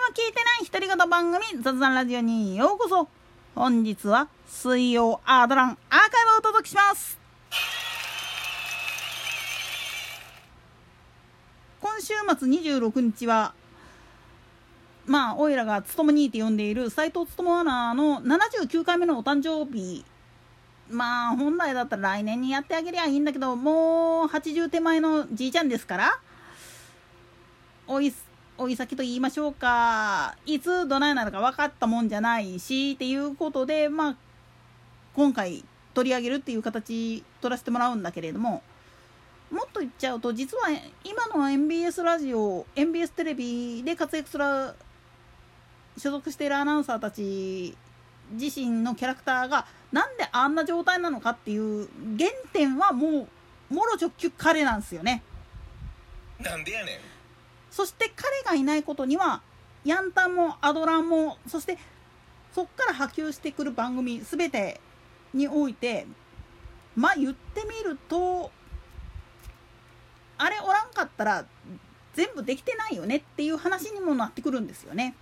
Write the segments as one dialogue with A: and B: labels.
A: 聞いてない独り言番組雑談ラジオにようこそ。本日は水曜アードランアーカイブをお届けします。今週末26日はおいらがつともにって呼んでいる斉藤つともアナの79回目のお誕生日。本来だったら来年にやってあげりゃいいんだけど、もう80手前のじいちゃんですから、おい先と言いましょうか、いつどないなるか分かったもんじゃないしっていうことで、今回取り上げるっていう形取らせてもらうんだけれども、もっと言っちゃうと、実は今の MBS ラジオ MBS テレビで活躍する所属しているアナウンサーたち自身のキャラクターがなんであんな状態なのかっていう原点はもろ直球彼なんですよね。
B: なんでやねん。
A: そして彼がいないことにはヤンタンもアドランも、そしてそっから波及してくる番組全てにおいて言ってみると、あれおらんかったら全部できてないよねっていう話にもなってくるんですよね。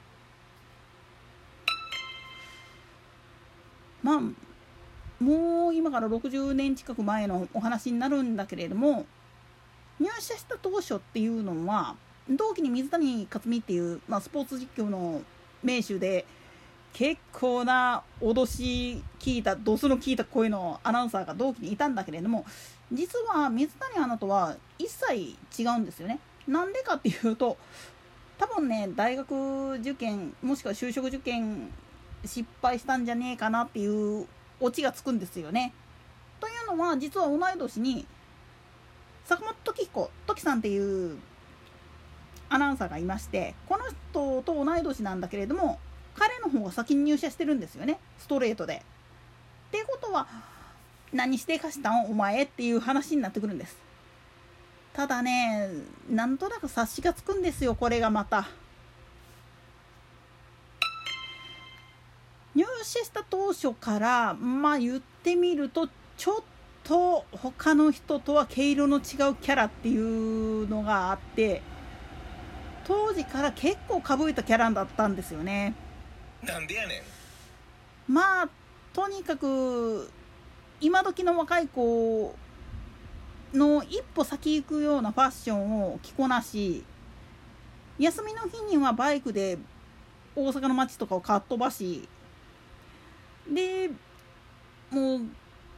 A: もう今から60年近く前のお話になるんだけれども、入社した当初っていうのは同期に水谷克実っていう、スポーツ実況の名手で結構な脅し聞いたドスの効いた声のアナウンサーが同期にいたんだけれども、実は水谷アナとは一切違うんですよね。なんでかっていうと、多分ね、大学受験もしくは就職受験失敗したんじゃねえかなっていうオチがつくんですよね。というのは、実は同い年に坂本時さんっていうアナウンサーがいまして、この人と同い年なんだけれども、彼の方が先に入社してるんですよね、ストレートで。っていうことは、何してかしたんお前っていう話になってくるんです。ただね、なんとなく察しがつくんですよ、これがまた。入社した当初から言ってみると、ちょっと他の人とは毛色の違うキャラっていうのがあって、当時から結構かぶいたキャラだったんですよね。
B: なんでやねん。
A: とにかく今時の若い子の一歩先行くようなファッションを着こなし、休みの日にはバイクで大阪の街とかをかっ飛ばし、でもう好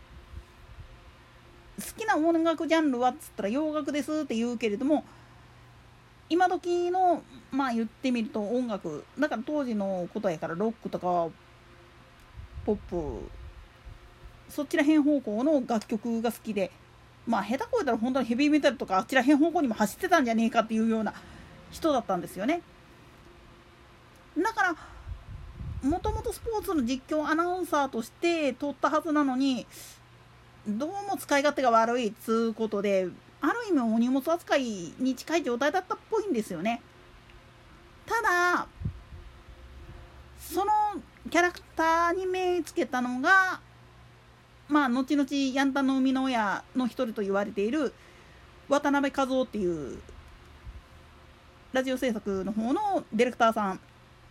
A: きな音楽ジャンルはっつったら洋楽ですって言うけれども、今時の言ってみると音楽だから、当時のことやからロックとかポップ、そっちら辺方向の楽曲が好きで、下手こいたら本当にヘビーメタルとかあっちら辺方向にも走ってたんじゃねえかっていうような人だったんですよね。だからもともとスポーツの実況アナウンサーとして取ったはずなのに、どうも使い勝手が悪いっつうことで、ある意味お荷物扱いに近い状態だったっぽいんですよね。ただそのキャラクターに目つけたのが、後々ヤンタンの生みの親の一人と言われている渡辺和夫っていうラジオ制作の方のディレクターさん、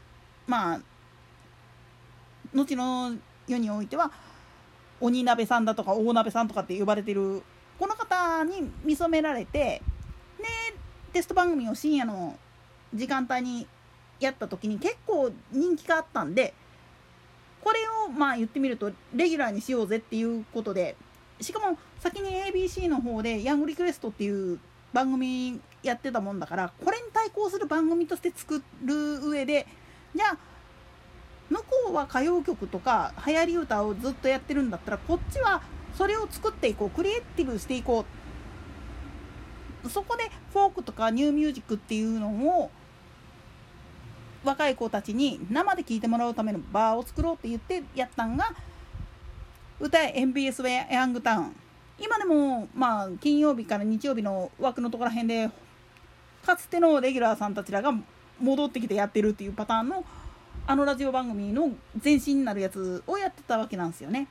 A: 後の世においては鬼鍋さんだとか大鍋さんとかって呼ばれているこの方に見初められて、テスト番組を深夜の時間帯にやった時に結構人気があったんで、これを言ってみるとレギュラーにしようぜっていうことで、しかも先に ABC の方でヤングリクエストっていう番組やってたもんだから、これに対抗する番組として作る上で、じゃあ向こうは歌謡曲とか流行り歌をずっとやってるんだったら、こっちはそれを作っていこう、クリエイティブしていこう、そこでフォークとかニューミュージックっていうのを若い子たちに生で聴いてもらうためのバーを作ろうって言ってやったんが歌え MBS ヤングタウン。今でも金曜日から日曜日の枠のところら辺でかつてのレギュラーさんたちらが戻ってきてやってるっていうパターンのラジオ番組の前身になるやつをやってたわけなんですよね。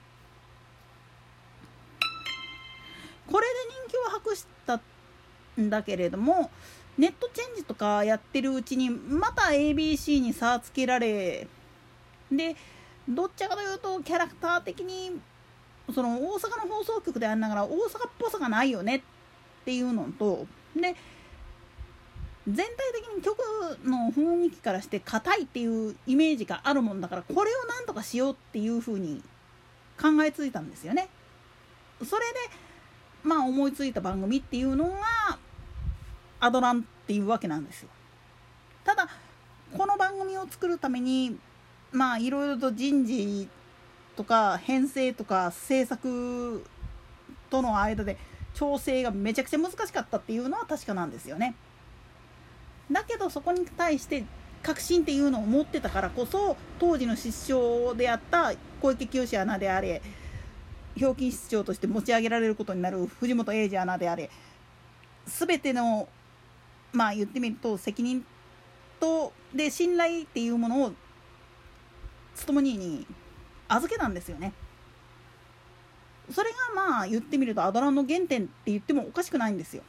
A: これで人気を博したんだけれども、 ネットチェンジとかやってるうちにまた ABC に差つけられで、どっちかというとキャラクター的にその大阪の放送局でありながら大阪っぽさがないよねっていうのと、で全体的に曲の雰囲気からして硬いっていうイメージがあるもんだから、これをなんとかしようっていう風に考えついたんですよね。それで思いついた番組っていうのがアドランっていうわけなんですよ。ただこの番組を作るためにいろいろと人事とか編成とか制作との間で調整がめちゃくちゃ難しかったっていうのは確かなんですよね。だけどそこに対して革新っていうのを持ってたからこそ、当時の室長であった小池清アナであれ、表金室長として持ち上げられることになる藤本英二アナであれ、全ての言ってみると責任とで信頼っていうものを勤兄に預けたんですよね。それが言ってみるとアドランの原点って言ってもおかしくないんですよ。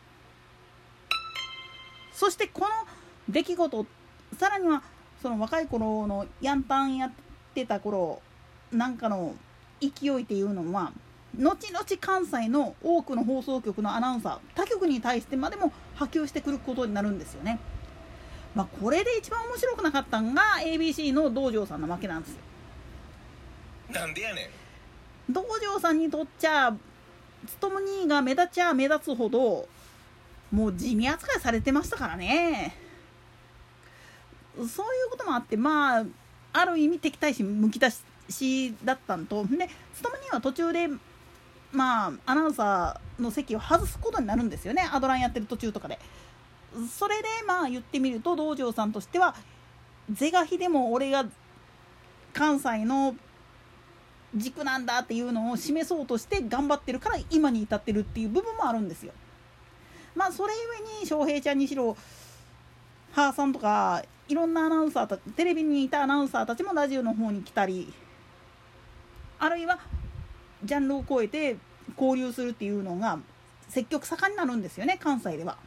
A: そしてこの出来事、さらにはその若い頃のヤンタンやってた頃なんかの勢いっていうのは後々関西の多くの放送局のアナウンサー他局に対してまでも波及してくることになるんですよね。これで一番面白くなかったのが ABC の道場さんなわけなんですよ。
B: なんでやね
A: ん。道場さんにとっちゃ勤兄が目立ちゃ目立つほどもう地味扱いされてましたからね。そういうこともあってある意味敵対心むき出しだったんと、で勤兄は途中でアナウンサーの席を外すことになるんですよね、アドランやってる途中とかで。それで言ってみると道場さんとしては是が非でも俺が関西の軸なんだっていうのを示そうとして頑張ってるから今に至ってるっていう部分もあるんですよ。それゆえに翔平ちゃんにしろハーさんとかいろんなアナウンサーテレビにいたアナウンサーたちもラジオの方に来たり、あるいはジャンルを超えて交流するっていうのが積極盛んになるんですよね、関西では。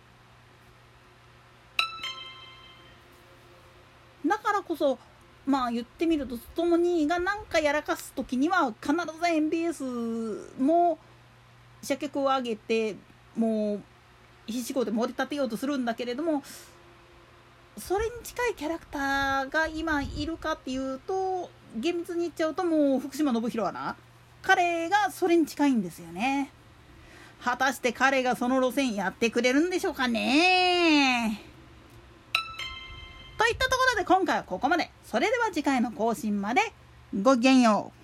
A: だからこそ言ってみると勤兄が何かやらかす時には必ず MBS も社局を上げてもう必死こで盛り立てようとするんだけれども、それに近いキャラクターが今いるかっていうと厳密に言っちゃうともう福島信弘彼がそれに近いんですよね。果たして彼がその路線やってくれるんでしょうかね。といったところで今回はここまで。それでは次回の更新までごきげんよう。